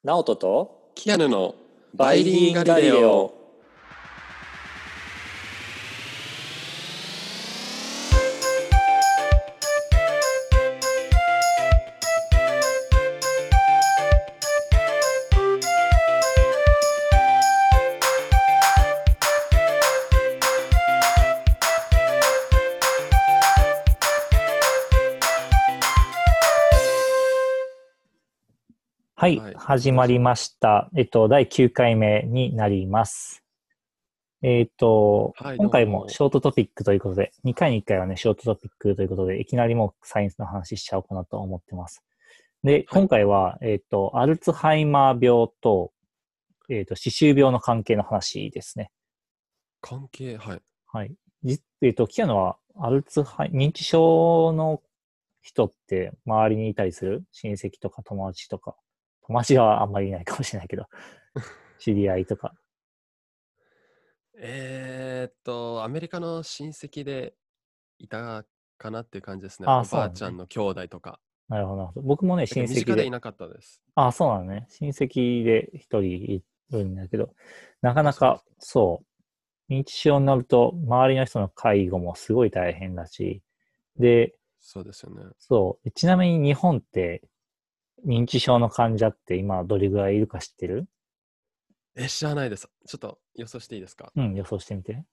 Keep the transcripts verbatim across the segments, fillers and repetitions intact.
ナオトとキアヌのバイリンガリレオ。 はい、 はい始まりました。えっと、だいきゅうかいめになります。えっと、 はい今回もどうもショートトピックということで、にかいにいっかいはね、ショートトピックということで、いきなりもうサイエンスの話しちゃおうかなと思ってます。で、 はい今回は、えっと、アルツハイマー病と、えっと、歯周病の関係の話ですね。 関係、はい。 はい。じえっと、キアノは、アルツハイ、認知症の人って周りにいたりする？親戚とか友達とか。友達はあんまりいないかもしれないけど、知り合いとか。 えーっと、アメリカの親戚でいたかなっていう感じですね。 ああ、 おばあそうなのね。 ちゃんの兄弟とか。 なるほど、なるほど。僕もね、 だけど身親戚で、 近でいなかったです。 ああ、そうなのね。親戚で一人いるんだけど、なかあ、 なか、 そうですか。 そう、認知症になると、周りの人の介護もすごい大変だし、で、 そうですよね。 そう、ちなみに日本って認知症の患者って今どれぐらいいるか知ってる？ え、知らないです。ちょっと予想していいですか？ うん、予想してみて。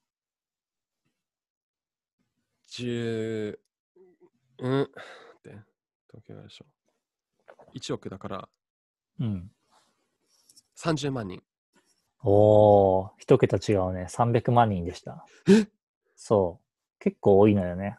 じゅう、うん。って、東京でしょ。いちおくだからうん。 さんじゅうまんにん。 おー、一桁違うね。さんびゃくまん人でした。 えそう。結構多いのよね。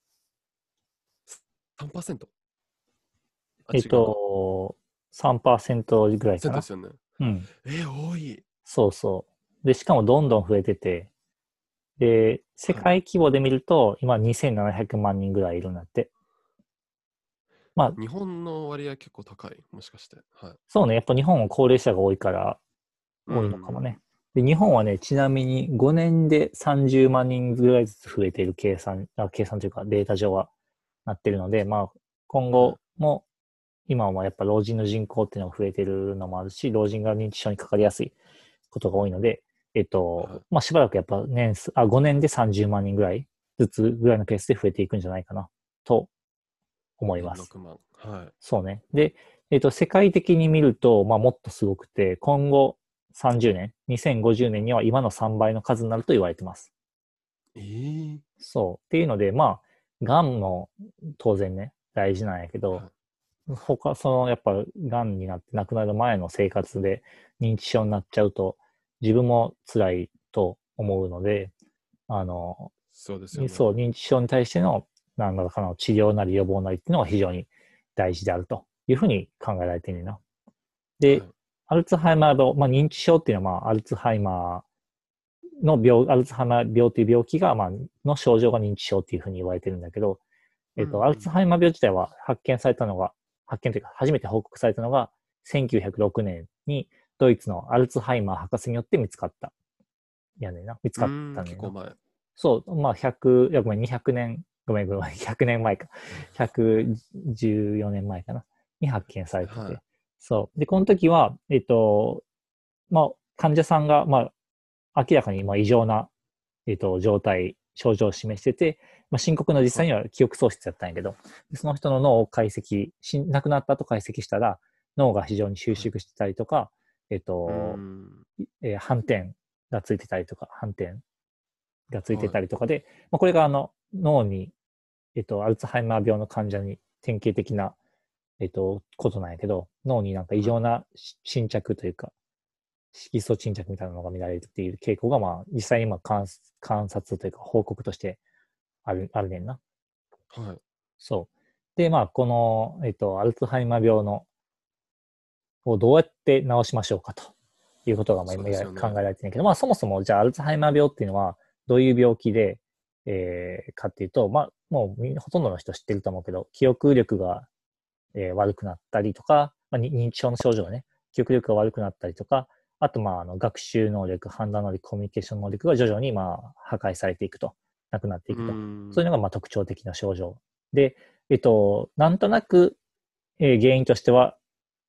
さんパーセント？ あ、 えっ違うか。 と、さんパーセントぐらいかな。 セントですよね。 うん。 え、多い。 そうそう。で、しかもどんどん増えてて、で、世はい。 界規模で見ると、今にせんななひゃくまん人ぐらいいるんだって。まあ、 日本の割合結構高い。もしかして。はい。 そうね。やっぱ日本は高齢者が多いからう多いのかもね。 ん。 で、日本はね、ちなみにごねんでさんじゅうまん人ぐらいずつ増えている計算、あ、計算というかデータ上はなってるので、まあ、今はい。 後も、今はやっぱ老人の人口っていうのが増えてるのもあるし、老人が認知症にかかりやすいことが多いので、えっと、 はい。 まあ、しばらくやっぱ年数、あ、ごねんでさんじゅうまん人ぐらいずつぐらいのペースで増えていくんじゃないかな、と思いま年す。 ろくまん。はい。 そうね。で、えっと、世界的に見ると、まあ、もっとすごくて、今後さんじゅうねん、にせんごじゅうねんには今のさんばいの数になると言われてます。 えー、 そう。っていうので、まあ、がんも当然ね、大事なんやけど、 はい。 他、その、やっぱ、がんになって亡くなる前の生活で認知症になっちゃうと、自分も辛いと思うので、あの、 そうですよね。 そう、認知症に対しての何らかの治療なり予防なりっていうのが非常に大事であるというふうに考えられているな。で、 はい。 アルツハイマー病、まあ、認知症っていうのは、まあ、アルツハイマーの病、アルツハイマー病という病気が、まあ、の症状が認知症っていうふうに言われてるんだけど、えっと、アルツうん。 ハイマー病自体は発見されたのが、発見というか、初めて報告されたのが、せんきゅうひゃくろくねんに、ドイツのアルツハイマー博士によって見つかった。やねんな。見つかっうん、 たねんな。 結構前。 そう、まあ、ひゃく、いや、ごめん、にひゃくねん、ごめん、ごめん、ひゃくねんまえか。ひゃくじゅうよねんまえかな。に発見されてて。 はい。 そう。で、この時は、えっと、まあ、患者さんが、まあ、明らかに、まあ、異常な、えっと、状態、症状を示してて、まあ、深刻な実際にはい。 は記憶喪失だったんやけど、その人の脳を解析し、亡くなった後解析したら、脳が非常に収はい。 縮してたりとか、えっうと、 ん。 えー斑点がついてたりとか、斑点がついてはい。 たりとかで、まあ、これがあの、脳に、えっと、アルツハイマー病の患者に典型的な、えっと、ことなんやけど、脳になんか異はい。 常な沈着というか、色素沈着みたいなのが見られるっていう傾向が、まあ、実際にまあ観観察というか報告としてある、あるねんな。 はい。 そう。で、まあ、この、えっと、アルツハイマー病の、をどうやって治しましょうかということが、まあ、今そうですよね。 考えられてるんだけど、まあ、そもそも、じゃあ、アルツハイマー病っていうのは、どういう病気で、えー、かっていうと、まあ、もうみんな、ほとんどの人知ってると思うけど、記憶力が、えー悪くなったりとか、まあ、認知症の症状がね、記憶力が悪くなったりとか、あと、まあ、あの、学習能力、判断能力、コミュニケーション能力が徐々に、まあ、破壊されていくと、なくなっていうくと。そういうん。 のが、まあ、特徴的な症状。で、えっと、なんとなく、えー原因としては、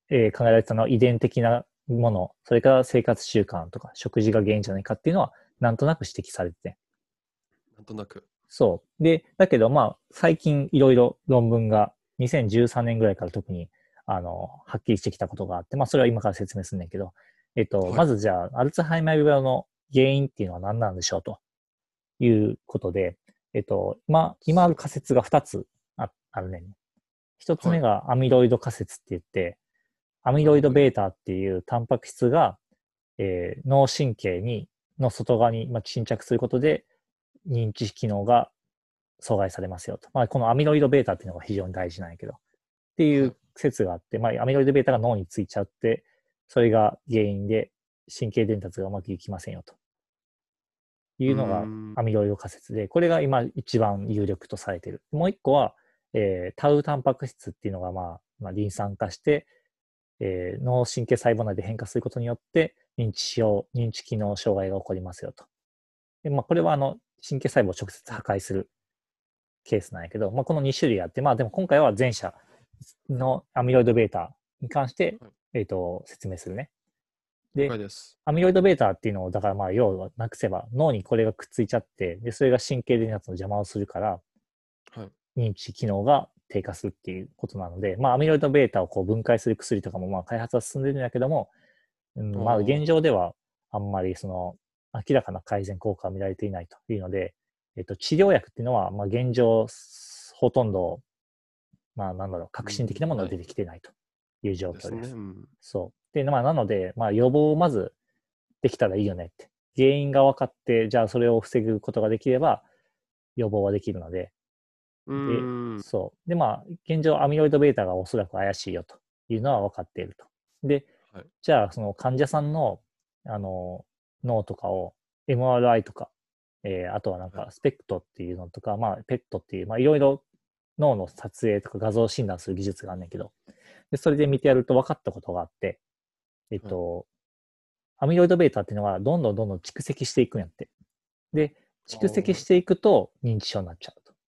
えー考えられてたのは遺伝的なもの、それから生活習慣とか食事が原因じゃないかっていうのはなんとなく指摘されてて。 なんとなく。 そう。で、だけどまあ最近いろいろ論文がにせんじゅうさんねんぐらいから特にあの、はっきりしてきたことがあって、まあそれは今から説明するんだけど、えっと、 はい。 まずじゃあ、アルツハイマー病の原因っていうのは何なんでしょうということで、えっと、今、今ある仮説がふたつああるね。一つはい。 目がアミロイド仮説って言って、アミロイド β っていうタンパク質が、えー脳神経に、の外側に、まあ、沈着することで認知機能が阻害されますよと。まあ、このアミロイド β っていうのが非常に大事なんやけど、っていはい。 う説があって、まあ、アミロイド β が脳についちゃって、それが原因で神経伝達がうまくいきませんよというーうのがん。 アミロイド仮説で、これが今一番有力とされている。もう一個は、えータウタンパク質っていうのが、まあ、まあ、リン酸化して、えー脳神経細胞内で変化することによって認知症、認知機能障害が起こりますよと。で、まあ、これはあの神経細胞を直接破壊するケースなんやけど、まあ、このに種類あって、まあでも今回は前者のアミロイド β に関して、 はい。 えっ、と、説明するね。で、 了解です。 アミロイド β っていうのを、だからまあ、要はなくせば、脳にこれがくっついちゃって、で、それが神経伝達の邪魔をするから、 はい。 認知機能が低下するっていうことなので、まあ、アミロイド β をこう分解する薬とかも、まあ、開発は進んでるんだけども、うん、まあ、現おー。 状では、あんまりその、明らかな改善効果は見られていないというので、えっと、治療薬っていうのは、まあ、現状、ほとんど、まあ、なんだろう、革新的なうん。ないものは出てきてないという状ですね。 況です。 うん。 そう。で、まあ、なので、まあ、予防をまずできたらいいよねって。原因が分かって、じゃあそれを防ぐことができれば予防はできるので、 うーで、 ん。 そう。で、まあ、現状アミロイド β がおそらく怪しいよというのは分かっていると。で、 はい。 じゃあその患者さんの、あの、脳とかを エムアールアイ とか、えーあとはなんはい。 かスペクトっていうのとか、まあ、ペットっていう、まあ、いろいろ脳の撮影とか画像診断する技術があるんだけど、で、それで見てやると分かったことがあって、えっはい。 と、アミロイド β っていうのはどんどんどんどん蓄積していくんやって。で、蓄積しおていくと認知症になっちゃうと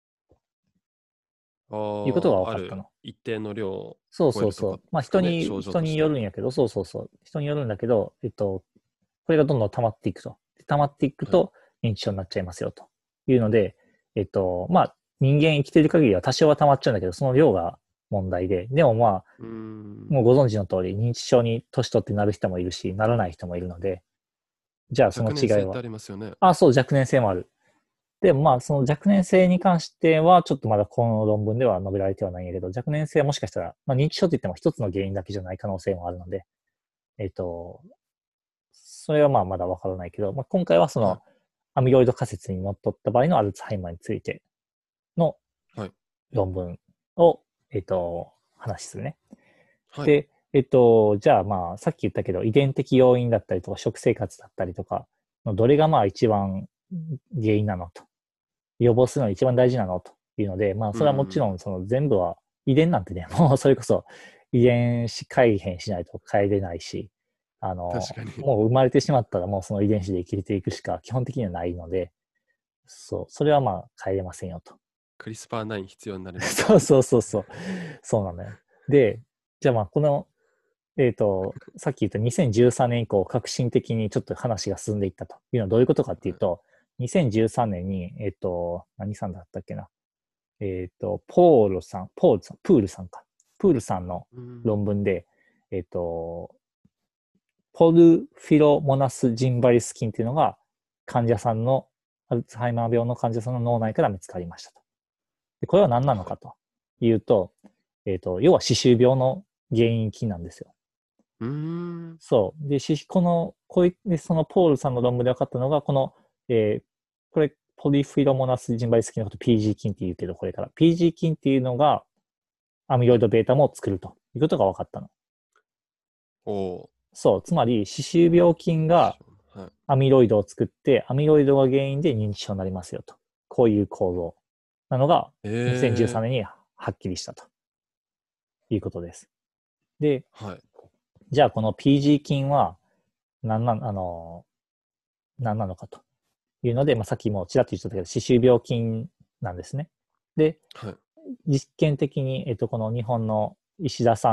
いうことがー。あー、ある分かったの。 一定の量をそう超えるとかそうそう。まあ人ですかね、 に、人に症状としては。 よるんやけど、そうそうそう。人によるんだけど、えっと、これがどんどん溜まっていくと。溜まっていくはい。 と認知症になっちゃいますよというので、えっと、まあ人間生きてる限りは多少は溜まっちゃうんだけど、その量が問題で、でもまあ、 うーん。 もうご存知の通り、認知症に年取ってなる人もいるし、ならない人もいるので、じゃあその若年性ってあ違いは。 りますよね。 あ、そう、若年性もある。でもまあ、その若年性に関しては、ちょっとまだこの論文では述べられてはないんやけど、若年性はもしかしたら、まあ、認知症といっても一つの原因だけじゃない可能性もあるので、えっと、それはまあまだわからないけど、まあ、今回はそはい。 のアミロイド仮説にのっとった場合のアルツハイマーについてのはい。 論文を、えっと、話するね。 はい。 で、えっと、じゃあまあ、さっき言ったけど、遺伝的要因だったりとか、食生活だったりとか、どれがまあ一番原因なのと。予防するのが一番大事なのというので、まあ、 うそれはもちろん。 ん、その全部は、遺伝なんてね、もうそれこそ遺伝子改変しないと変えれないし、あの、 確かに。 もう生まれてしまったらもうその遺伝子で生きていくしか基本的にはないので、そう、それはまあ変えれませんよと。 クリスパーナイン必要になりますね。 そうそうそうそう。そうなのよ。で、じゃあまあこの、えっと、さっき言ったにせんじゅうさんねん以降、革新的にちょっと話が進んでいったというのはどういうことかっていうはい。 と、にせんじゅうさんねんに、えっと、何さんだったっけな。えっと、ポールさん、ポールさん、プールさんか。プールさんのうん。 論文で、えっと、ポルフィロモナスジンバリス菌っていうのが患者さんの、アルツハイマー病の患者さんの脳内から見つかりましたと。で、これは何なのはい。 かというと、えっと、要は歯周病の原因菌なんですよ。 うーん。 そう。で、しこの、こういで、そのポールさんの論文で分かったのが、この、えーこれ、ポリフィロモナスジンバリス菌のこと ピージー 菌って言うけど、これから。ピージー 菌っていうのが、アミロはい。 イド β も作るということが分かったの。 おー。 そう。つまり、歯周病菌がはい。 アミロイドを作って、アミロイドが原因で認知症になりますよと。こういう構造なのが、2013 えー。 年にはっきりしたということです。で、 はい。 じゃあこの ピージー 菌は何な、あの、何なのかというので、まあ、さっきもちらっと言ってたけど、歯周病菌なんですね。で、 はい。 実験的に、えっと、この日本の石田さん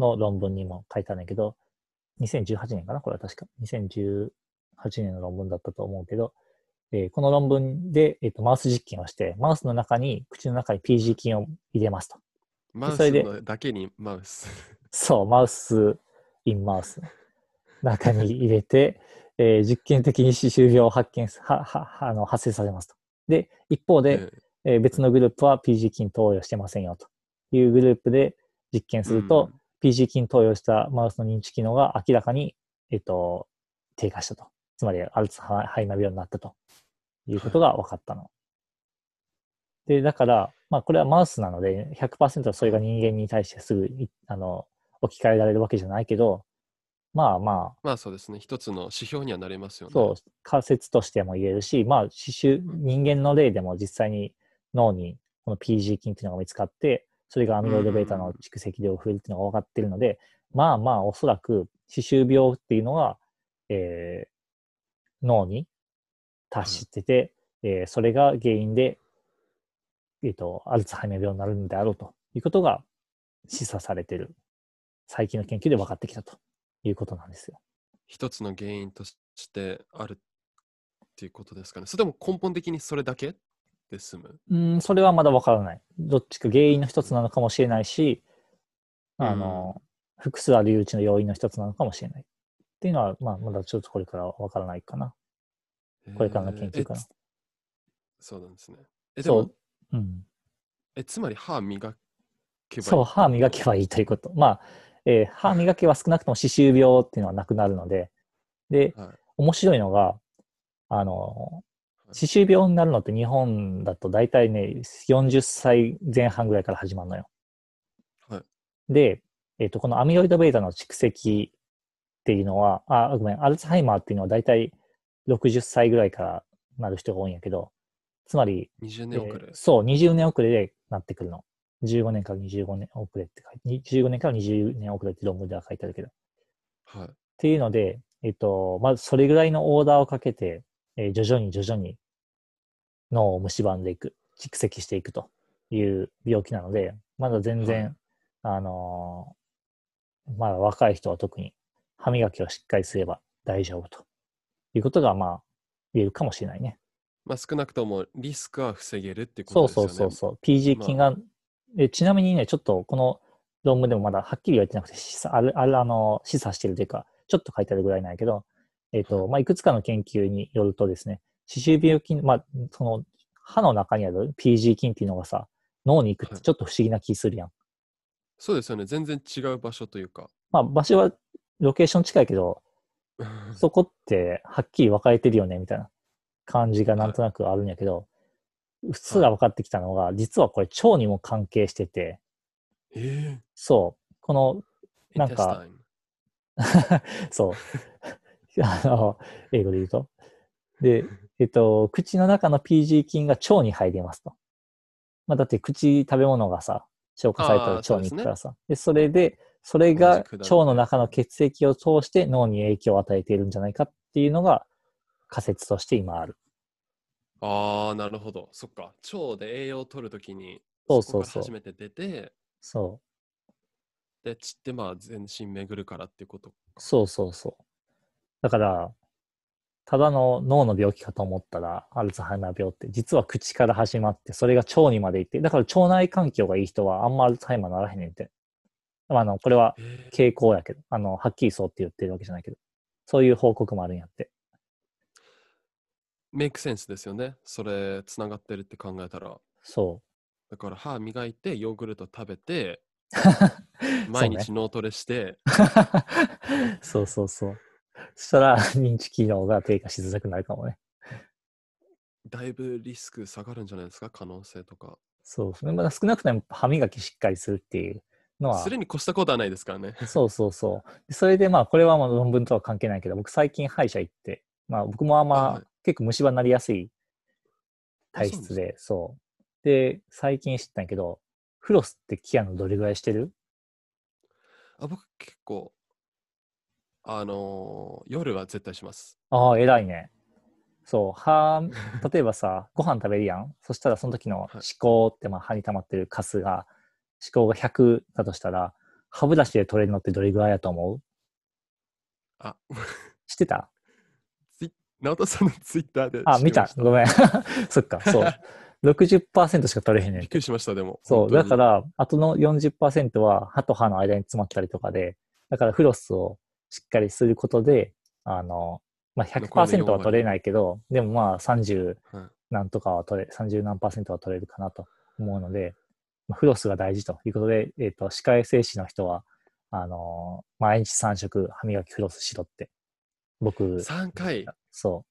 の論文にも書いたんだけど、にせんじゅうはちねんかなこれは確か。にせんじゅうはちねんの論文だったと思うけど、えーこの論文で、えーと、マウス実験をして、マウスの中に、口の中に ピージー 菌を入れますと。 マウスそれで、 のだけにマウス。 そう、マウス、インマウス。中に入れて、えー実験的に歯周病を発見ははあの発生させますと。で、一方で、えー別のグループは ピージー 菌投与してませんよというグループで実験すると、うん、ピージー 菌投与したマウスの認知機能が明らかに、えっと、低下したと。つまり、アルツハイマー病になったということが分かったの。はい、で、だから、まあ、これはマウスなので、ひゃくパーセント それが人間に対してすぐ、あの、置き換えられるわけじゃないけど、まあまあ。 まあそうですね。一つの指標にはなりますよね。 そう、仮説としても言えるし、まあ、刺繍、人間の例でも実際に脳にこの ピージー 菌っていうのが見つかって、それがアミロイド β の蓄積量が増えるっていうのが分かっているので、まあまあ、おそらく歯周病っていうのは、えー、脳に達してて、はい、えー、それが原因で、えっと、アルツハイマー病になるんであろうということが示唆されている、最近の研究で分かってきたということなんですよ。 一つの原因としてあるっていうことですかね。それとも根本的にそれだけで済む？ うん、それはまだ分からない。どっちか原因の一つなのかもしれないし、うん、あの、複数あるうちの要因の一つなのかもしれない。っていうのは、まあ、まだちょっとこれから分からないかな。これからの研究かな。 そうなんですね。え、でも、 そう、うん。 え、つまり歯磨けばいい？ そう、歯磨けばいいということ。まあ、えー、歯磨けは少なくとも歯周病っていうのはなくなるので、で、はい、面白いのが、あの、歯周病になるのって日本だと大体ね、よんじゅっさいぜん半ぐらいから始まるのよ。 はい、 で、えっと、このアミロイド β の蓄積っていうのは、あ、ごめん、アルツハイマーっていうのは大体ろくじゅっさいぐらいからなる人が多いんやけど、つまり、 にじゅうねん遅れ、 えー、そう、にじゅうねん遅れでなってくるの。じゅうごねんからにじゅうごねん遅れって書いて、じゅうごねんからにじゅうねん遅れって論文では書いてあるけど。 はい。 っていうので、えっと、まずそれぐらいのオーダーをかけて、えー、徐々に徐々に脳を蝕んでいく、蓄積していくという病気なので、まだ全然、はい、あのー、まだ若い人は特に歯磨きをしっかりすれば大丈夫ということが、まあ、言えるかもしれないね。 まあ、少なくともリスクは防げるってことですよね。 そうそうそうそう。ピージー 菌が、まあ、えちなみにね、ちょっとこの論文でもまだはっきり言われてなくて、ある、ある、あの、示唆してるというか、ちょっと書いてあるぐらいなんやけど、えっ、ー、と、はい、まあ、いくつかの研究によるとですね、歯周病菌、まあ、その、歯の中にある ピージー 菌っていうのがさ、脳に行くってちょっと不思議な気するやん。はい、 そうですよね。全然違う場所というか。 まあ、場所はロケーション近いけど、そこってはっきり分かれてるよね、みたいな感じがなんとなくあるんやけど、はい、うっすら分かってきたのが、はい、実はこれ腸にも関係してて、 えー、 そう、この、なんか、そう、あの、英語で言うと。で、えっと、口の中の ピージー 菌が腸に入りますと。まあ、だって口、食べ物がさ、消化されたら腸に行くからさ。で、それで、それが腸の中の血液を通して脳に影響を与えているんじゃないかっていうのが仮説として今ある。 ああ、なるほど。そっか。腸で栄養を取るときに、 そうそこから初めて出て、 そう。 で、血ってまあ全身巡るからっていうことか。 そうそうそう。だから、ただの脳の病気かと思ったら、アルツハイマー病って、実は口から始まって、それが腸にまで行って、だから腸内環境がいい人はあんまアルツハイマーならへんねんて。あの、これは傾向やけど、あの、はっきりそうって言ってるわけじゃないけど、そういう報告もあるんやって。 メイクセンスですよね。それ、つながってるって考えたら。 そう。 だから歯磨いて、ヨーグルト食べて、 そうね。 毎日脳トレして、 そうそうそう。そしたら認知機能が低下しづらくなるかもね。 だいぶリスク下がるんじゃないですか、可能性とか。 そうですね。まだ少なくとも歯磨きしっかりするっていうのは。 それに越したことはないですからね。 そうそうそう。それでまあ、これはまあ論文とは関係ないけど、僕最近歯医者行って、まあ僕もあんま、はい、結構虫歯になりやすい体質で、そう。で、最近知ったんやけど、フロスってケアのどれぐらいしてる？ あ、僕結構、あのー、夜は絶対します。 ああ、偉いね。そう、歯、例えばさ、ご飯食べるやん。そしたらその時の歯垢って、まあ歯に溜まってるカスが、歯垢がひゃくだとしたら、 歯ブラシで取れるのってどれぐらいだと思う？ あ、 知ってた？ ツイ直人さんのツイッターであ、見知りました。 たごめん。そっか、そう。ろくじゅっパーセントしか取れへんねんて。 びっくりしました、でも、本そう。 当に。 だから、あとのよんじゅっパーセントは歯と歯の間に詰まったりとかで、だからフロスをしっかりすることで、あの、まあ、 残りのひゃくパーセント 4割。 は取れないけど、でもまあさんじゅうはい。 何とかは取れ、さんじゅう何パーセントは取れるかなと思うので、まあ、フロスが大事ということで、えっ、と、歯科衛生士の人は、あの、毎日さん食歯磨きフロスしろって、僕、 さんかい。 そ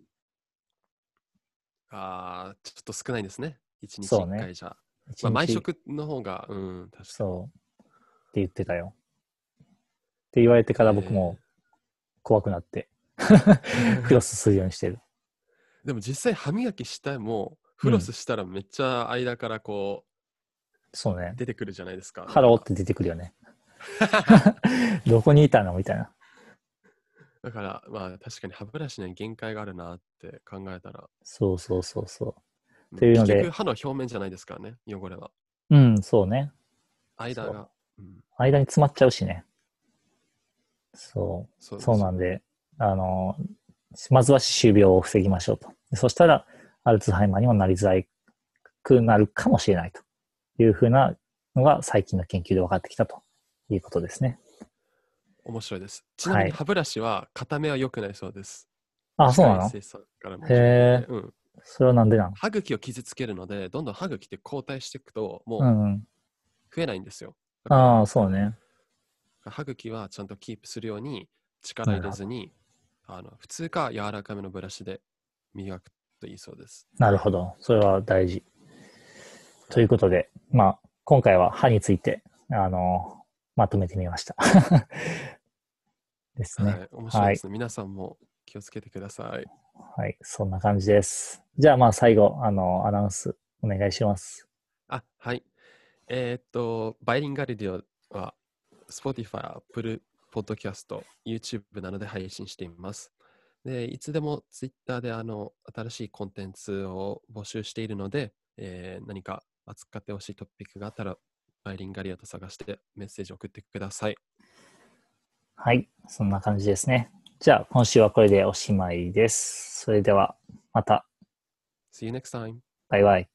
ああ、ちょっと少ないですね。1 う、 日1 そうね。 回じゃ。まあ、毎一日、 食の方が、うん、確かに。 そう、って言ってたよ。って言われてから僕もえ怖くなって、フロー、 スするようにしてる。 でも実際歯磨きしても、フロうん。 スしたらめっちゃ間からこそうね。 う出てくるじゃないですか。だから。 ハローって出てくるよね。どこにいたのみたいな。 だから、まあ確かに歯ブラシには限界があるなって考えたら、 そうそうそうそう。 うん、 というので、 結局歯の表面じゃないですからね、汚れは。 うん、そうね。そう。 間が。うん、 間に詰まっちゃうしね。そう。そうそうですよね。 なんで、あの、まずは歯周病を防ぎましょうと。そしたら、アルツハイマーにもなりづらくなるかもしれないというふうなのが最近の研究で分かってきたということですね。 面白いです。ちなみはい。 に歯ブラシは片目は良くないそうです。 あ、 歯そうなの？ 科衛生士さんからのへ情報で。 え、 うん。 それはなんでなの？ 歯茎を傷つけるので、どんどん歯茎って後退していくと、もうんうん。 う増えないんですよ。だから、 ああ、そうね。 歯茎はちゃんとキープするように力なるほど。 入れずに、あの普通か柔らかめのブラシで磨くといいそうです。 なるほど。それは大事。というはい。 ことで、まあ、今回は歯について、あの、まとめてみました。ですね。 はい。面白いはい。 ですね。皆さんも気をつけてください。 はい。そんな感じです。じゃあ、まあ、最後、あの、アナウンスお願いします。 あ、はい。えーっと、バイリンガルディオは Spotify、Apple Podcast、YouTube などで配信しています。で、いつでも Twitter であの新しいコンテンツを募集しているので、えー何か扱ってほしいトピックがあったら、バイリンガリアと探してメッセージを送ってください。 はい。そんな感じですね。じゃあ、今週はこれでおしまいです。それでは、また。 See you next time. バイバイ。